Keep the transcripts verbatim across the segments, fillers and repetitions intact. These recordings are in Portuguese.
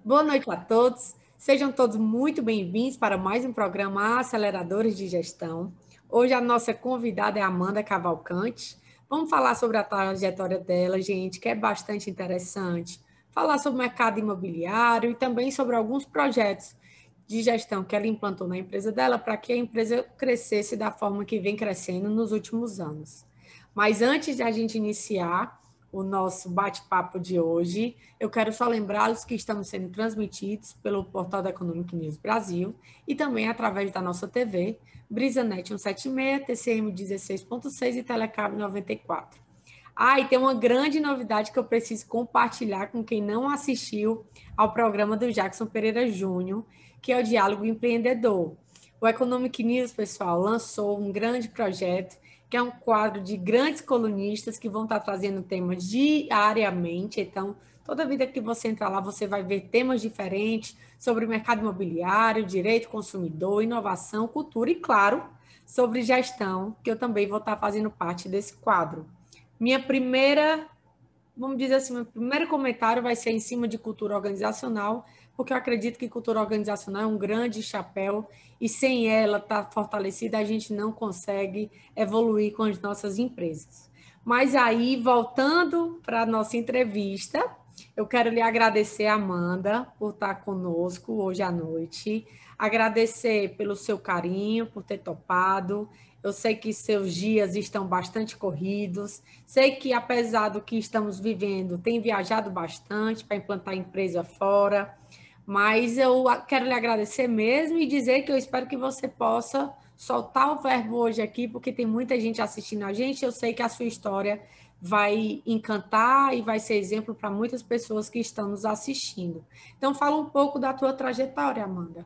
Boa noite a todos. Sejam todos muito bem-vindos para mais um programa Aceleradores de Gestão. Hoje a nossa convidada é Amanda Cavalcante. Vamos falar sobre a trajetória dela, gente, que é bastante interessante. Falar sobre o mercado imobiliário e também sobre alguns projetos de gestão que ela implantou na empresa dela para que a empresa crescesse da forma que vem crescendo nos últimos anos. Mas antes de a gente iniciar o nosso bate-papo de hoje, eu quero só lembrá-los que estamos sendo transmitidos pelo portal da Economic News Brasil e também através da nossa T V, BrisaNet cento e setenta e seis, T C M dezesseis ponto seis e Telecab noventa e quatro. Ah, e tem uma grande novidade que eu preciso compartilhar com quem não assistiu ao programa do Jackson Pereira Júnior, que é o Diálogo Empreendedor. O Economic News, pessoal, lançou um grande projeto que é um quadro de grandes colunistas que vão estar trazendo temas diariamente. Então, toda vida que você entrar lá, você vai ver temas diferentes sobre o mercado imobiliário, direito consumidor, inovação, cultura e, claro, sobre gestão, que eu também vou estar fazendo parte desse quadro. Minha primeira, vamos dizer assim, meu primeiro comentário vai ser em cima de cultura organizacional, porque eu acredito que cultura organizacional é um grande chapéu e sem ela estar tá fortalecida, a gente não consegue evoluir com as nossas empresas. Mas aí, voltando para a nossa entrevista, eu quero lhe agradecer, Amanda, por estar conosco hoje à noite, agradecer pelo seu carinho, por ter topado. Eu sei que seus dias estão bastante corridos, sei que, apesar do que estamos vivendo, tem viajado bastante para implantar a empresa fora, mas eu quero lhe agradecer mesmo e dizer que eu espero que você possa soltar o verbo hoje aqui, porque tem muita gente assistindo a gente. Eu sei que a sua história vai encantar e vai ser exemplo para muitas pessoas que estão nos assistindo. Então, fala um pouco da tua trajetória, Amanda.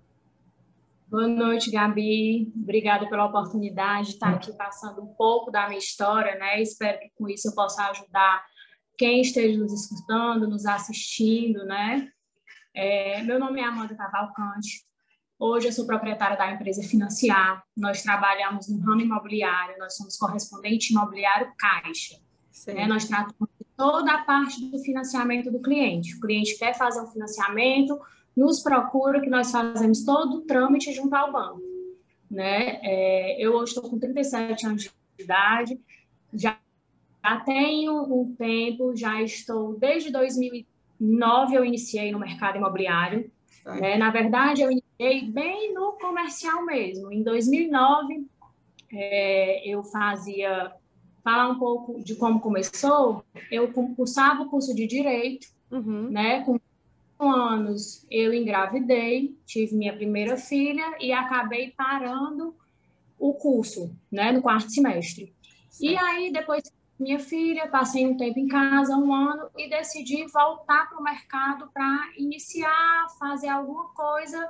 Boa noite, Gabi. Obrigada pela oportunidade de estar aqui passando um pouco da minha história, né? Espero que com isso eu possa ajudar quem esteja nos escutando, nos assistindo, né? É, meu nome é Amanda Cavalcante. Hoje eu sou proprietária da empresa Financiar. Nós trabalhamos no ramo imobiliário, nós somos correspondente imobiliário Caixa. Né? Nós tratamos de toda a parte do financiamento do cliente. O cliente quer fazer um financiamento, nos procura, que nós fazemos todo o trâmite junto ao banco. Né? É, eu hoje estou com trinta e sete anos de idade, já, já tenho um tempo, já estou desde dois mil e nove eu iniciei no mercado imobiliário. Né? Na verdade, eu iniciei bem no comercial mesmo. Em dois mil e nove, é, eu fazia... Falar um pouco de como começou, eu cursava o curso de Direito, uhum. né? Com anos eu engravidei, tive minha primeira filha e acabei parando o curso, né, no quarto semestre. Certo. E aí, depois minha filha, passei um tempo em casa, um ano, e decidi voltar para o mercado para iniciar, fazer alguma coisa,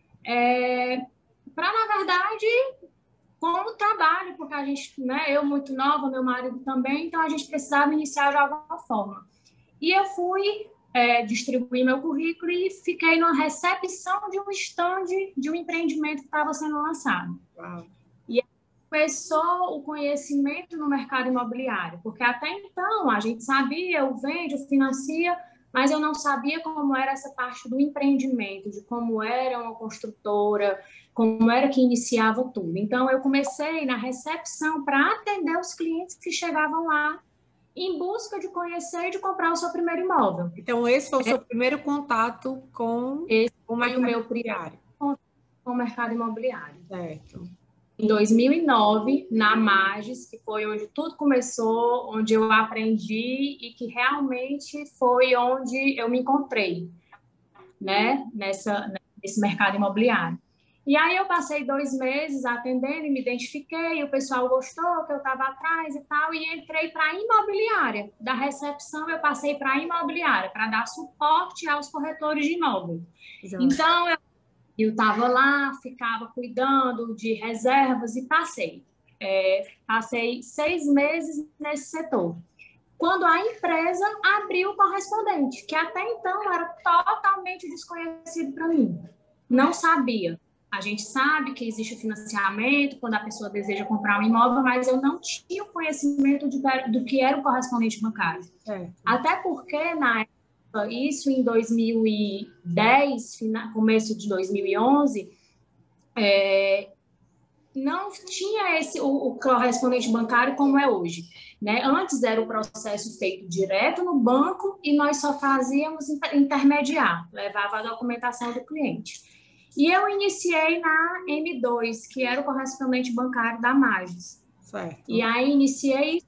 é, para, na verdade, como trabalho, porque a gente, né, eu muito nova, meu marido também, então a gente precisava iniciar de alguma forma. E eu fui é, distribuir meu currículo e fiquei na recepção de um stand de um empreendimento que estava sendo lançado. Uau. E começou o conhecimento no mercado imobiliário, porque até então a gente sabia, eu vendo, eu financia, mas eu não sabia como era essa parte do empreendimento, de como era uma construtora, como era que iniciava tudo. Então, eu comecei na recepção para atender os clientes que chegavam lá em busca de conhecer e de comprar o seu primeiro imóvel. Então, esse foi o seu primeiro contato com esse o mercado foi o meu imobiliário. Com o mercado imobiliário. Certo. Em dois mil e nove, na Magis, que foi onde tudo começou, onde eu aprendi e que realmente foi onde eu me encontrei, né, nessa, nesse mercado imobiliário. E aí eu passei dois meses atendendo e me identifiquei, o pessoal gostou que eu estava atrás e tal, e entrei para a imobiliária. Da recepção eu passei para a imobiliária, para dar suporte aos corretores de imóvel. Exato. Então, eu Eu estava lá, ficava cuidando de reservas e passei. É, passei seis meses nesse setor. Quando a empresa abriu o correspondente, que até então era totalmente desconhecido para mim. Não sabia. A gente sabe que existe o financiamento quando a pessoa deseja comprar um imóvel, mas eu não tinha o conhecimento de, do que era o correspondente bancário. É. Até porque, na isso em dois mil e dez, começo de dois mil e onze, é, não tinha esse, o, o correspondente bancário como é hoje, né? Antes era o processo feito direto no banco e nós só fazíamos intermediar, levava a documentação do cliente. E eu iniciei na M dois, que era o correspondente bancário da Magis. Certo. E aí iniciei,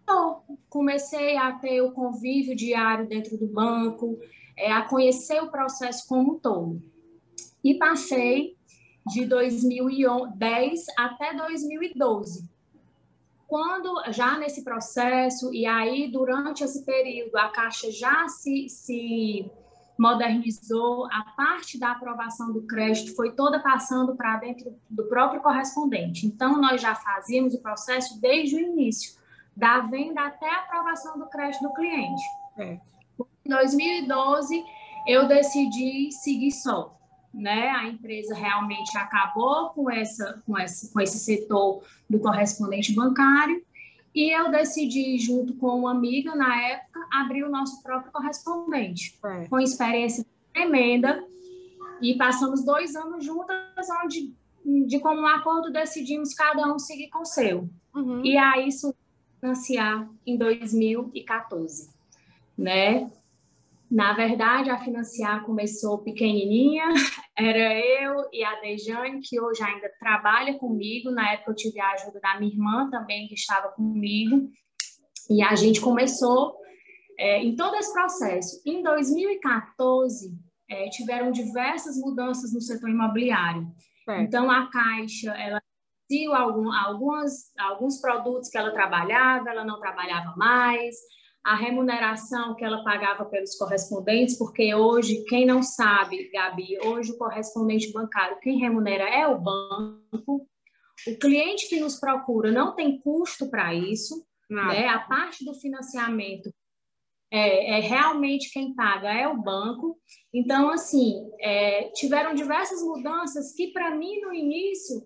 comecei a ter o convívio diário dentro do banco, é, a conhecer o processo como um todo. E passei de dois mil e dez até dois mil e doze. Quando, já nesse processo, e aí durante esse período, a Caixa já se, se modernizou, a parte da aprovação do crédito foi toda passando para dentro do próprio correspondente. Então, nós já fazíamos o processo desde o início, da venda até a aprovação do crédito do cliente. É. Em dois mil e doze, eu decidi seguir só. Né? A empresa realmente acabou com, essa, com, esse, com esse setor do correspondente bancário e eu decidi, junto com uma amiga, na época, abrir o nosso próprio correspondente, é. com experiência tremenda, e passamos dois anos juntas, onde, de comum acordo, decidimos cada um seguir com o seu. Uhum. E aí, isso financiar em dois mil e quatorze, né? Na verdade, a Financiar começou pequenininha, era eu e a Dejane, que hoje ainda trabalha comigo. Na época eu tive a ajuda da minha irmã também, que estava comigo. E a gente começou é, em todo esse processo. Em dois mil e quatorze, é, tiveram diversas mudanças no setor imobiliário. É. Então, a Caixa, ela reduziu algum, algumas, alguns produtos que ela trabalhava, ela não trabalhava mais. A remuneração que ela pagava pelos correspondentes, porque hoje, quem não sabe, Gabi, hoje o correspondente bancário, quem remunera é o banco. O cliente que nos procura não tem custo para isso, né? A parte do financiamento é, é realmente quem paga é o banco. Então, assim, é, tiveram diversas mudanças que, para mim, no início,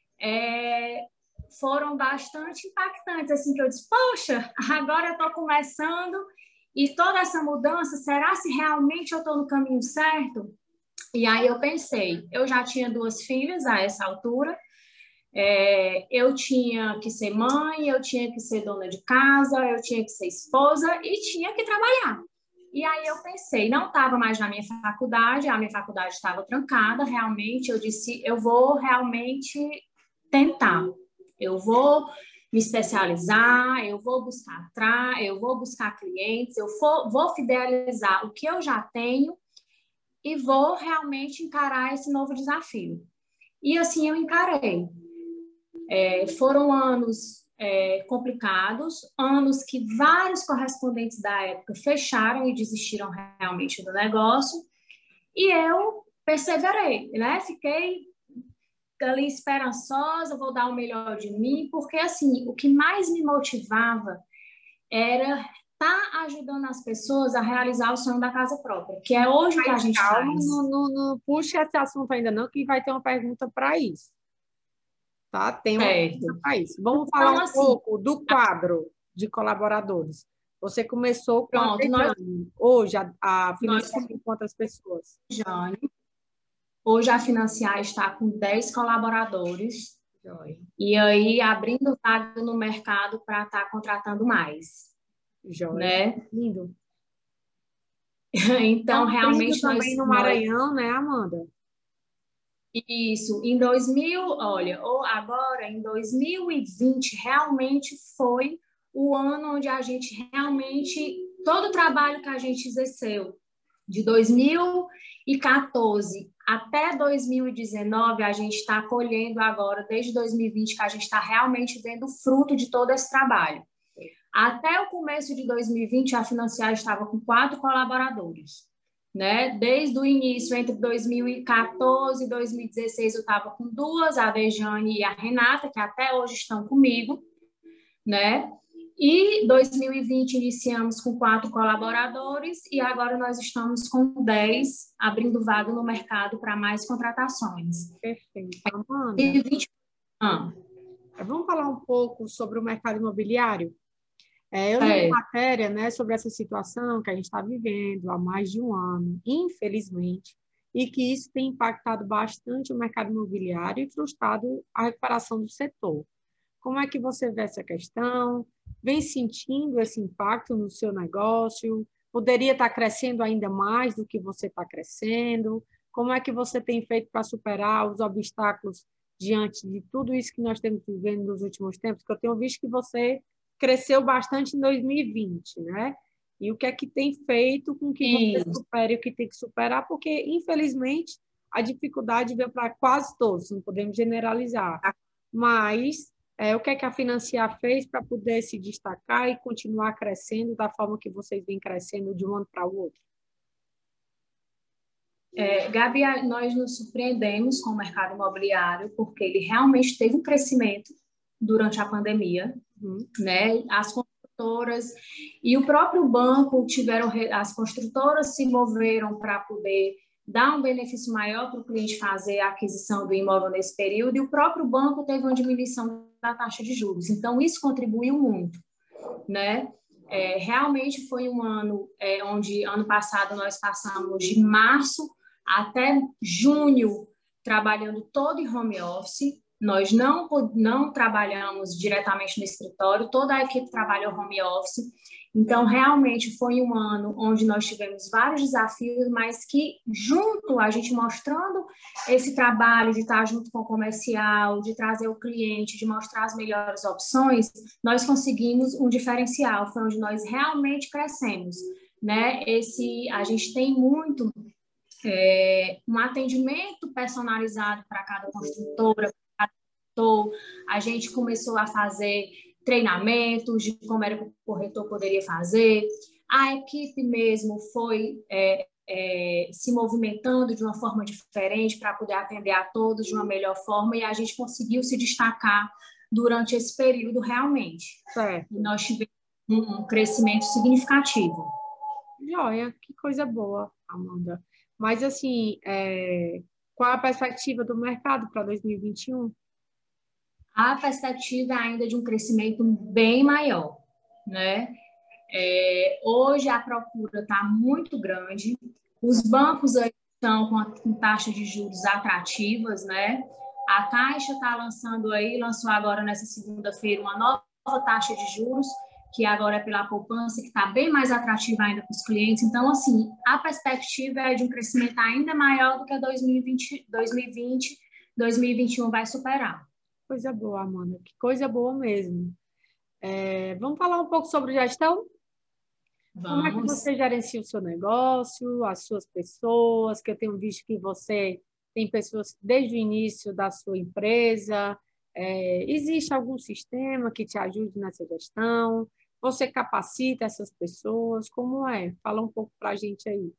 é, foram bastante impactantes, assim, que eu disse, poxa, agora eu estou começando e toda essa mudança, será se realmente eu estou no caminho certo? E aí eu pensei, eu já tinha duas filhas a essa altura, é, eu tinha que ser mãe, eu tinha que ser dona de casa, eu tinha que ser esposa e tinha que trabalhar. E aí eu pensei, não estava mais na minha faculdade, a minha faculdade estava trancada, realmente, eu disse, eu vou realmente tentar. Eu vou me especializar, eu vou buscar atrás, eu vou buscar clientes, eu for, vou fidelizar o que eu já tenho e vou realmente encarar esse novo desafio. E assim eu encarei. É, foram anos é, complicados, anos que vários correspondentes da época fecharam e desistiram realmente do negócio, e eu perseverei, né? Fiquei ali esperançosa, vou dar o melhor de mim, porque assim, o que mais me motivava era estar tá ajudando as pessoas a realizar o sonho da casa própria, que é hoje o que a gente calma, faz. Não, não, não puxa esse assunto ainda não, que vai ter uma pergunta para isso. Tá? Tem uma certo. pergunta para isso. Vamos falar então, um assim, pouco do quadro de colaboradores. Você começou com pronto, a nós, hoje a, a financiar com quantas pessoas? Jane. Hoje a Financiar está com dez colaboradores. Joia. E aí abrindo vaga no mercado para estar tá contratando mais. Joia. Né? Lindo. Então, realmente também nós... no Maranhão, nós... né, Amanda? Isso. Em dois mil, olha, ou agora em dois mil e vinte, realmente foi o ano onde a gente realmente... Todo o trabalho que a gente exerceu de dois mil e quatorze até dois mil e dezenove, a gente está colhendo agora, desde dois mil e vinte, que a gente está realmente vendo o fruto de todo esse trabalho. Até o começo de dois mil e vinte, a Financiar estava com quatro colaboradores. Né? Desde o início, entre dois mil e quatorze e dois mil e dezesseis, eu estava com duas, a Dejane e a Renata, que até hoje estão comigo. Né? E dois mil e vinte iniciamos com quatro colaboradores e agora nós estamos com dez, abrindo vaga no mercado para mais contratações. Perfeito. Amanda, e vinte... ah. vamos falar um pouco sobre o mercado imobiliário? É, eu li uma matéria, né, sobre essa situação que a gente está vivendo há mais de um ano, infelizmente, e que isso tem impactado bastante o mercado imobiliário e frustrado a recuperação do setor. Como é que você vê essa questão? Vem sentindo esse impacto no seu negócio? Poderia estar crescendo ainda mais do que você está crescendo? Como é que você tem feito para superar os obstáculos diante de tudo isso que nós temos vivendo nos últimos tempos? Porque eu tenho visto que você cresceu bastante em dois mil e vinte, né? E o que é que tem feito com que você Sim. supere o que tem que superar? Porque, infelizmente, a dificuldade veio para quase todos, não podemos generalizar. Mas é, o que é que a Financiar fez para poder se destacar e continuar crescendo da forma que vocês vêm crescendo de um ano para o outro? É, Gabi, nós nos surpreendemos com o mercado imobiliário porque ele realmente teve um crescimento durante a pandemia, uhum. né? As construtoras e o próprio banco tiveram, as construtoras se moveram para poder dar um benefício maior para o cliente fazer a aquisição do imóvel nesse período, e o próprio banco teve uma diminuição da taxa de juros. Então, isso contribuiu muito, né? É, realmente foi um ano é, onde, ano passado, nós passamos de março até junho trabalhando todo em home office. Nós não, não trabalhamos diretamente no escritório, toda a equipe trabalhou home office. Então, realmente foi um ano onde nós tivemos vários desafios, mas que junto, a gente mostrando esse trabalho de estar junto com o comercial, de trazer o cliente, de mostrar as melhores opções, nós conseguimos um diferencial, foi onde nós realmente crescemos, né? Esse, a gente tem muito é, um atendimento personalizado para cada construtora, para cada corretor. A gente começou a fazer treinamentos de como era que o corretor poderia fazer. A equipe mesmo foi é, é, se movimentando de uma forma diferente para poder atender a todos de uma melhor forma, e a gente conseguiu se destacar durante esse período realmente. Certo. E nós tivemos um crescimento significativo. Joia, que coisa boa, Amanda. Mas, assim, é, qual a perspectiva do mercado para dois mil e vinte e um? A perspectiva é ainda de um crescimento bem maior, né? É, hoje a procura está muito grande, os bancos aí estão com, a, com taxas de juros atrativas, né? A Caixa está lançando aí, lançou agora nessa segunda-feira uma nova taxa de juros, que agora é pela poupança, que está bem mais atrativa ainda para os clientes. Então, assim, a perspectiva é de um crescimento ainda maior do que dois mil e vinte, dois mil e vinte, dois mil e vinte e um vai superar. Coisa boa, Amanda, que coisa boa mesmo. É, vamos falar um pouco sobre gestão? Vamos. Como é que você gerencia o seu negócio, as suas pessoas, que eu tenho visto que você tem pessoas desde o início da sua empresa. É, existe algum sistema que te ajude nessa gestão? Você capacita essas pessoas? Como é? Fala um pouco para a gente aí.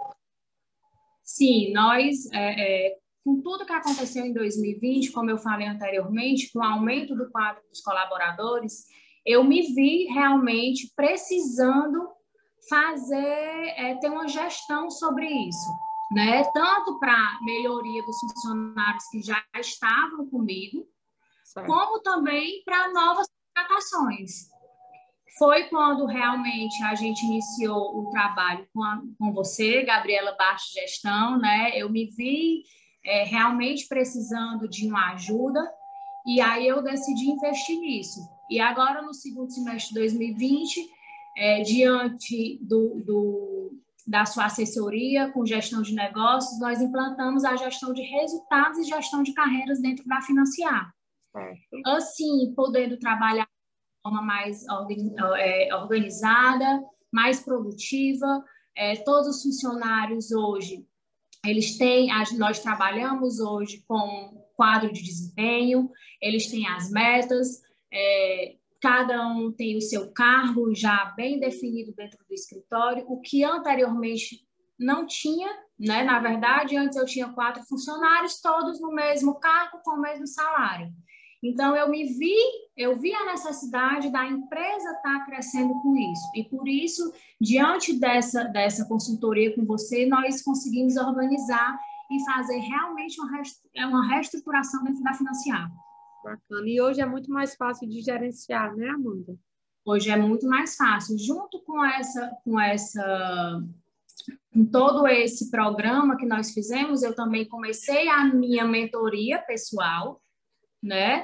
Sim, nós, é, é, com tudo que aconteceu em dois mil e vinte, como eu falei anteriormente, com o aumento do quadro dos colaboradores, eu me vi realmente precisando fazer, é, ter uma gestão sobre isso, né? Tanto para melhoria dos funcionários que já estavam comigo, certo, como também para novas contratações. Foi quando realmente a gente iniciou o trabalho com, a, com você, Gabriela Baixo Gestão, né? Eu me vi é, realmente precisando de uma ajuda, e aí eu decidi investir nisso. E agora, no segundo semestre de dois mil e vinte, é, diante do, do, da sua assessoria com gestão de negócios, nós implantamos a gestão de resultados e gestão de carreiras dentro da Financiar. Assim, podendo trabalhar de forma mais organizada, mais produtiva. É, todos os funcionários hoje, eles têm, nós trabalhamos hoje com quadro de desempenho, eles têm as metas, é, cada um tem o seu cargo já bem definido dentro do escritório, o que anteriormente não tinha, né? Na verdade, antes eu tinha quatro funcionários, todos no mesmo cargo, com o mesmo salário. Então, eu me vi, eu vi a necessidade da empresa estar crescendo com isso. E, por isso, diante dessa, dessa consultoria com você, nós conseguimos organizar e fazer realmente uma, uma reestruturação dentro da Financiar. Bacana. E hoje é muito mais fácil de gerenciar, né, Amanda? Hoje é muito mais fácil. Junto com essa, com essa, com todo esse programa que nós fizemos, eu também comecei a minha mentoria pessoal, né?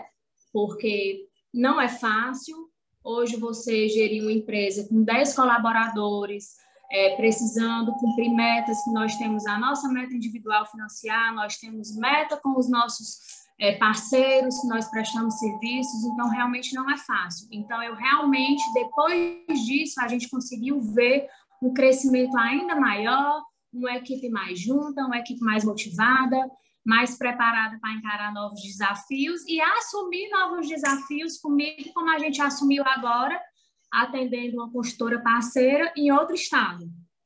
Porque não é fácil. Hoje você gerir uma empresa com dez colaboradores, é, precisando cumprir metas que nós temos, a nossa meta individual financiar, nós temos meta com os nossos é, parceiros que nós prestamos serviços, então realmente não é fácil. Então eu realmente, depois disso, a gente conseguiu ver um crescimento ainda maior, uma equipe mais junta, uma equipe mais motivada, mais preparada para encarar novos desafios e assumir novos desafios comigo, como a gente assumiu agora, atendendo uma consultora parceira em outro estado.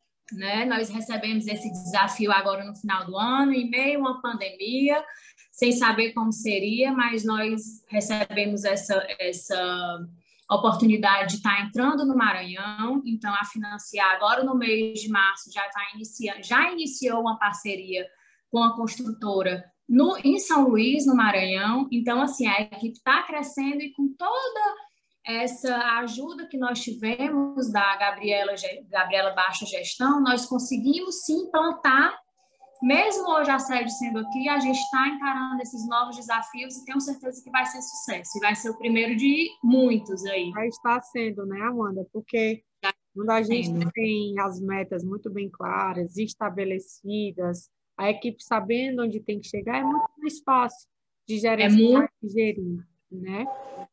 Né? Nós recebemos esse desafio agora no final do ano, em meio a uma pandemia, sem saber como seria, mas nós recebemos essa, essa oportunidade de estar entrando no Maranhão, então a Financiar agora no mês de março já, tá iniciando, já iniciou uma parceria com a construtora no, em São Luís, no Maranhão. Então, assim, a equipe está crescendo e com toda essa ajuda que nós tivemos da Gabriela, Gabriela Baixa Gestão, nós conseguimos se implantar, mesmo hoje a sede sendo aqui, a gente está encarando esses novos desafios e tenho certeza que vai ser sucesso. E vai ser o primeiro de muitos aí. Já está sendo, né, Amanda? Porque quando a gente tem as metas muito bem claras, estabelecidas, a equipe sabendo onde tem que chegar, é muito mais fácil de gerenciar é muito... e gerir, né?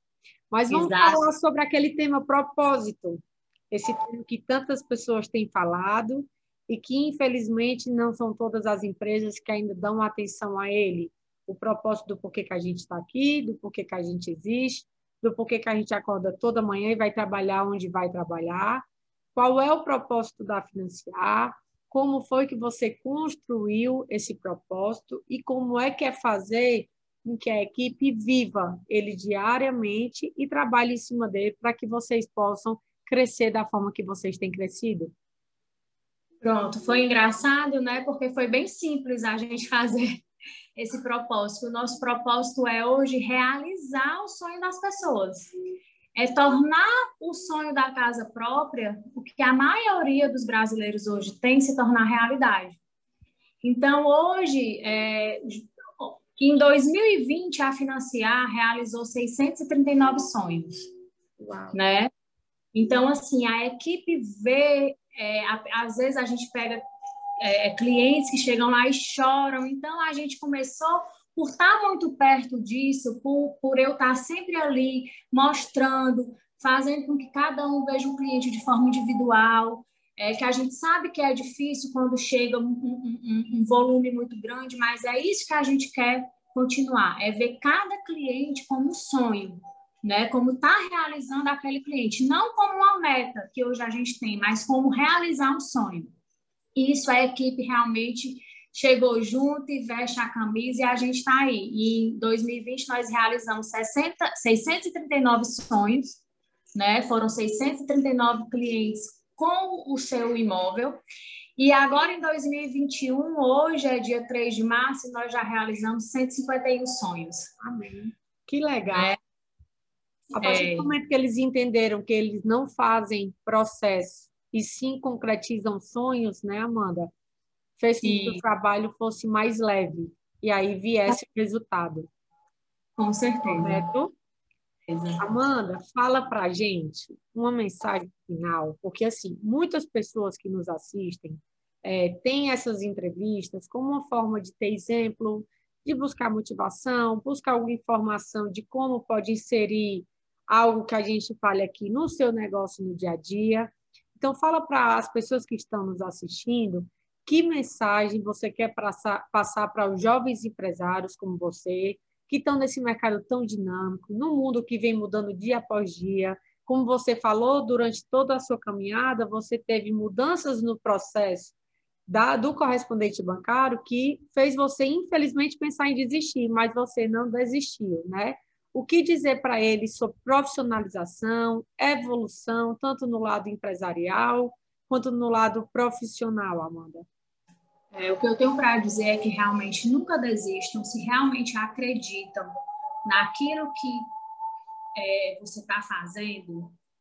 Mas vamos Exato. falar sobre aquele tema propósito, esse tema que tantas pessoas têm falado e que, infelizmente, não são todas as empresas que ainda dão atenção a ele. O propósito do porquê que a gente está aqui, do porquê que a gente existe, do porquê que a gente acorda toda manhã e vai trabalhar onde vai trabalhar, qual é o propósito da Financiar, como foi que você construiu esse propósito e como é que é fazer com que a equipe viva ele diariamente e trabalhe em cima dele para que vocês possam crescer da forma que vocês têm crescido. Pronto, foi engraçado, né? Porque foi bem simples a gente fazer esse propósito. O nosso propósito é hoje realizar o sonho das pessoas. É tornar o sonho da casa própria o que a maioria dos brasileiros hoje tem, se tornar realidade. Então, hoje, é, em dois mil e vinte, a Financiar realizou seiscentos e trinta e nove sonhos. Uau. Né? Então, assim, a equipe vê, é, às vezes a gente pega é, clientes que chegam lá e choram. Então, a gente começou... por estar muito perto disso, por, por eu estar sempre ali mostrando, fazendo com que cada um veja o cliente de forma individual, é, que a gente sabe que é difícil quando chega um, um, um, um volume muito grande, mas é isso que a gente quer continuar, é ver cada cliente como um sonho, né? Como está realizando aquele cliente, não como uma meta que hoje a gente tem, mas como realizar um sonho. E isso a equipe realmente... chegou junto e veste a camisa e a gente está aí. E em dois mil e vinte nós realizamos sessenta, seiscentos e trinta e nove sonhos, né? Foram seiscentos e trinta e nove clientes com o seu imóvel. E agora em dois mil e vinte e um, hoje é dia três de março, e nós já realizamos cento e cinquenta e um sonhos. Amém. Que legal. É. A partir É. do momento que eles entenderam que eles não fazem processo e sim concretizam sonhos, né, Amanda? Fez com que o trabalho fosse mais leve e aí viesse o resultado. Com certeza. Correto? Amanda, fala para a gente uma mensagem final, porque assim, muitas pessoas que nos assistem é, têm essas entrevistas como uma forma de ter exemplo, de buscar motivação, buscar alguma informação de como pode inserir algo que a gente fale aqui no seu negócio no dia a dia. Então, fala para as pessoas que estão nos assistindo que mensagem você quer passar, passar para os jovens empresários como você, que estão nesse mercado tão dinâmico, no mundo que vem mudando dia após dia. Como você falou, durante toda a sua caminhada, você teve mudanças no processo da, do correspondente bancário que fez você, infelizmente, pensar em desistir, mas você não desistiu, né? O que dizer para eles sobre profissionalização, evolução, tanto no lado empresarial quanto no lado profissional, Amanda? É, o que eu tenho para dizer é que realmente nunca desistam, se realmente acreditam naquilo que é, você está fazendo,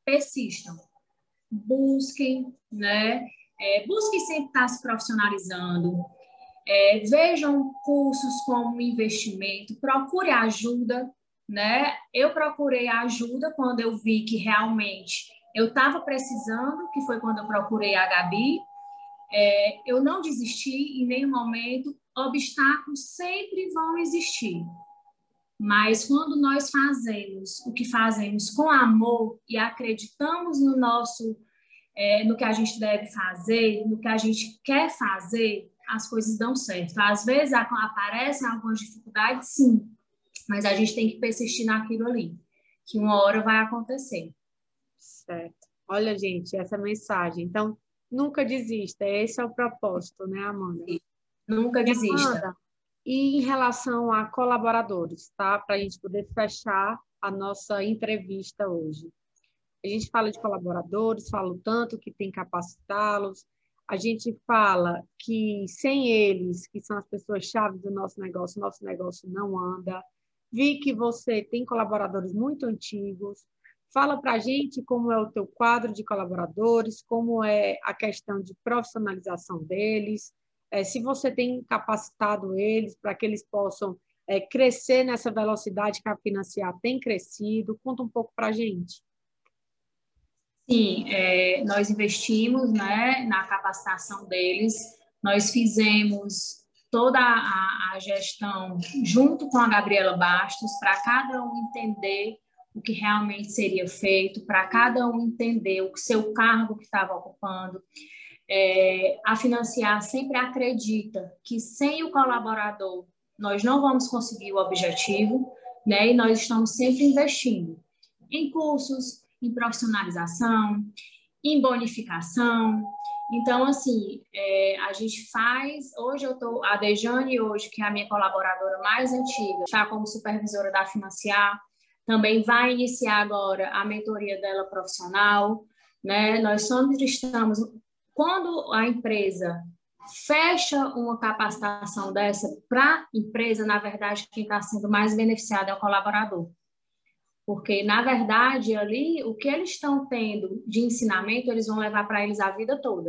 persistam, busquem, né? É, busquem sempre estar se profissionalizando, é, vejam cursos como investimento, procure ajuda, né? Eu procurei ajuda quando eu vi que realmente eu estava precisando, que foi quando eu procurei a Gabi. É, eu não desisti em nenhum momento, obstáculos sempre vão existir. Mas quando nós fazemos o que fazemos com amor e acreditamos no nosso, é, no que a gente deve fazer, no que a gente quer fazer, as coisas dão certo. Às vezes aparecem algumas dificuldades, sim, mas a gente tem que persistir naquilo ali, que uma hora vai acontecer. Certo. Olha, gente, essa mensagem. Então, nunca desista. Esse é o propósito, né, Amanda? Nunca desista. Amanda, e em relação a colaboradores, tá? Para a gente poder fechar a nossa entrevista hoje. A gente fala de colaboradores, fala o tanto que tem que capacitá-los, a gente fala que sem eles, que são as pessoas-chave do nosso negócio, nosso negócio não anda. Vi que você tem colaboradores muito antigos. Fala para a gente como é o teu quadro de colaboradores, como é a questão de profissionalização deles, é, se você tem capacitado eles para que eles possam é, crescer nessa velocidade que a Financiar tem crescido. Conta um pouco para a gente. Sim, é, nós investimos, né, na capacitação deles, nós fizemos toda a, a gestão junto com a Gabriela Bastos, para cada um entender o que realmente seria feito, para cada um entender o seu cargo que estava ocupando. É, a Financiar sempre acredita que sem o colaborador nós não vamos conseguir o objetivo, né, e nós estamos sempre investindo em cursos, em profissionalização, em bonificação. Então, assim, é, a gente faz... Hoje eu estou... A Dejane, hoje, que é a minha colaboradora mais antiga, está como supervisora da Financiar, também vai iniciar agora a mentoria dela profissional, né? Nós sempre estamos... Quando a empresa fecha uma capacitação dessa para a empresa, na verdade, quem está sendo mais beneficiado é o colaborador. Porque, na verdade, ali, o que eles estão tendo de ensinamento, eles vão levar para eles a vida toda.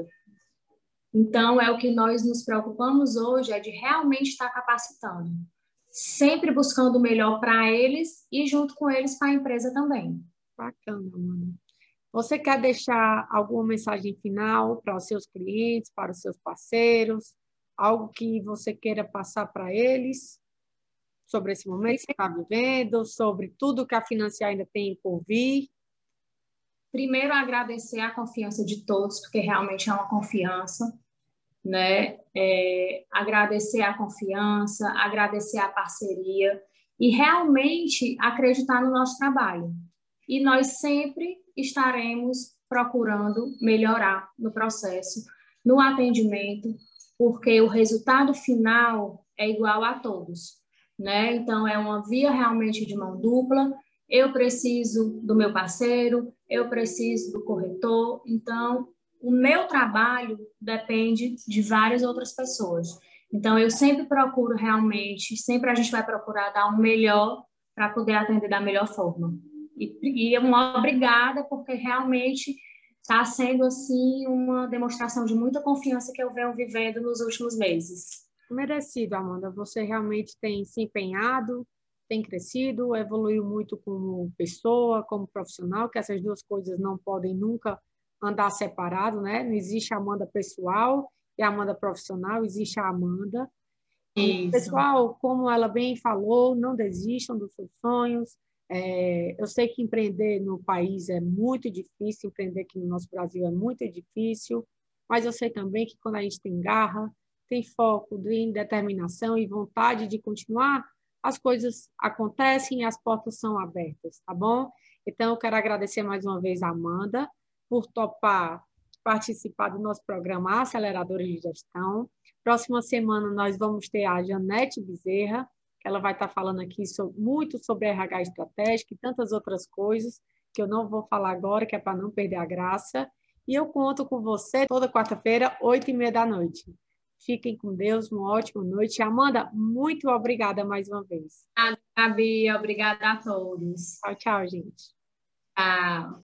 Então, é o que nós nos preocupamos hoje, é de realmente estar capacitando. Sempre buscando o melhor para eles e, junto com eles, para a empresa também. Bacana, mano. Você quer deixar alguma mensagem final para os seus clientes, para os seus parceiros? Algo que você queira passar para eles? Sobre esse momento que você está vivendo, sobre tudo que a Financiar ainda tem por vir? Primeiro, agradecer a confiança de todos, porque realmente é uma confiança, né? É, agradecer a confiança, agradecer a parceria e realmente acreditar no nosso trabalho. E nós sempre estaremos procurando melhorar no processo, no atendimento, porque o resultado final é igual a todos, né? Então, é uma via realmente de mão dupla. Eu preciso do meu parceiro, eu preciso do corretor. Então, o meu trabalho depende de várias outras pessoas. Então, eu sempre procuro realmente, sempre a gente vai procurar dar o melhor para poder atender da melhor forma. E, e uma obrigada, porque realmente está sendo, assim, uma demonstração de muita confiança que eu venho vivendo nos últimos meses. Merecido, Amanda. Você realmente tem se empenhado, tem crescido, evoluiu muito como pessoa, como profissional, que essas duas coisas não podem nunca andar separado, né? Não existe a Amanda pessoal e a Amanda profissional, existe a Amanda. E, pessoal, como ela bem falou, não desistam dos seus sonhos. É, eu sei que empreender no país é muito difícil, empreender aqui no nosso Brasil é muito difícil, mas eu sei também que quando a gente tem garra, tem foco, tem determinação e vontade de continuar, as coisas acontecem e as portas são abertas, tá bom? Então, eu quero agradecer mais uma vez a Amanda por topar participar do nosso programa Aceleradores de Gestão. Próxima semana nós vamos ter a Janete Bezerra, que ela vai estar falando aqui sobre, muito sobre R H estratégico e tantas outras coisas que eu não vou falar agora, que é para não perder a graça. E eu conto com você toda quarta-feira, oito e meia da noite. Fiquem com Deus, uma ótima noite. Amanda, muito obrigada mais uma vez. Obrigada, Gabi. Obrigada a todos. Tchau, tchau, gente. Tchau.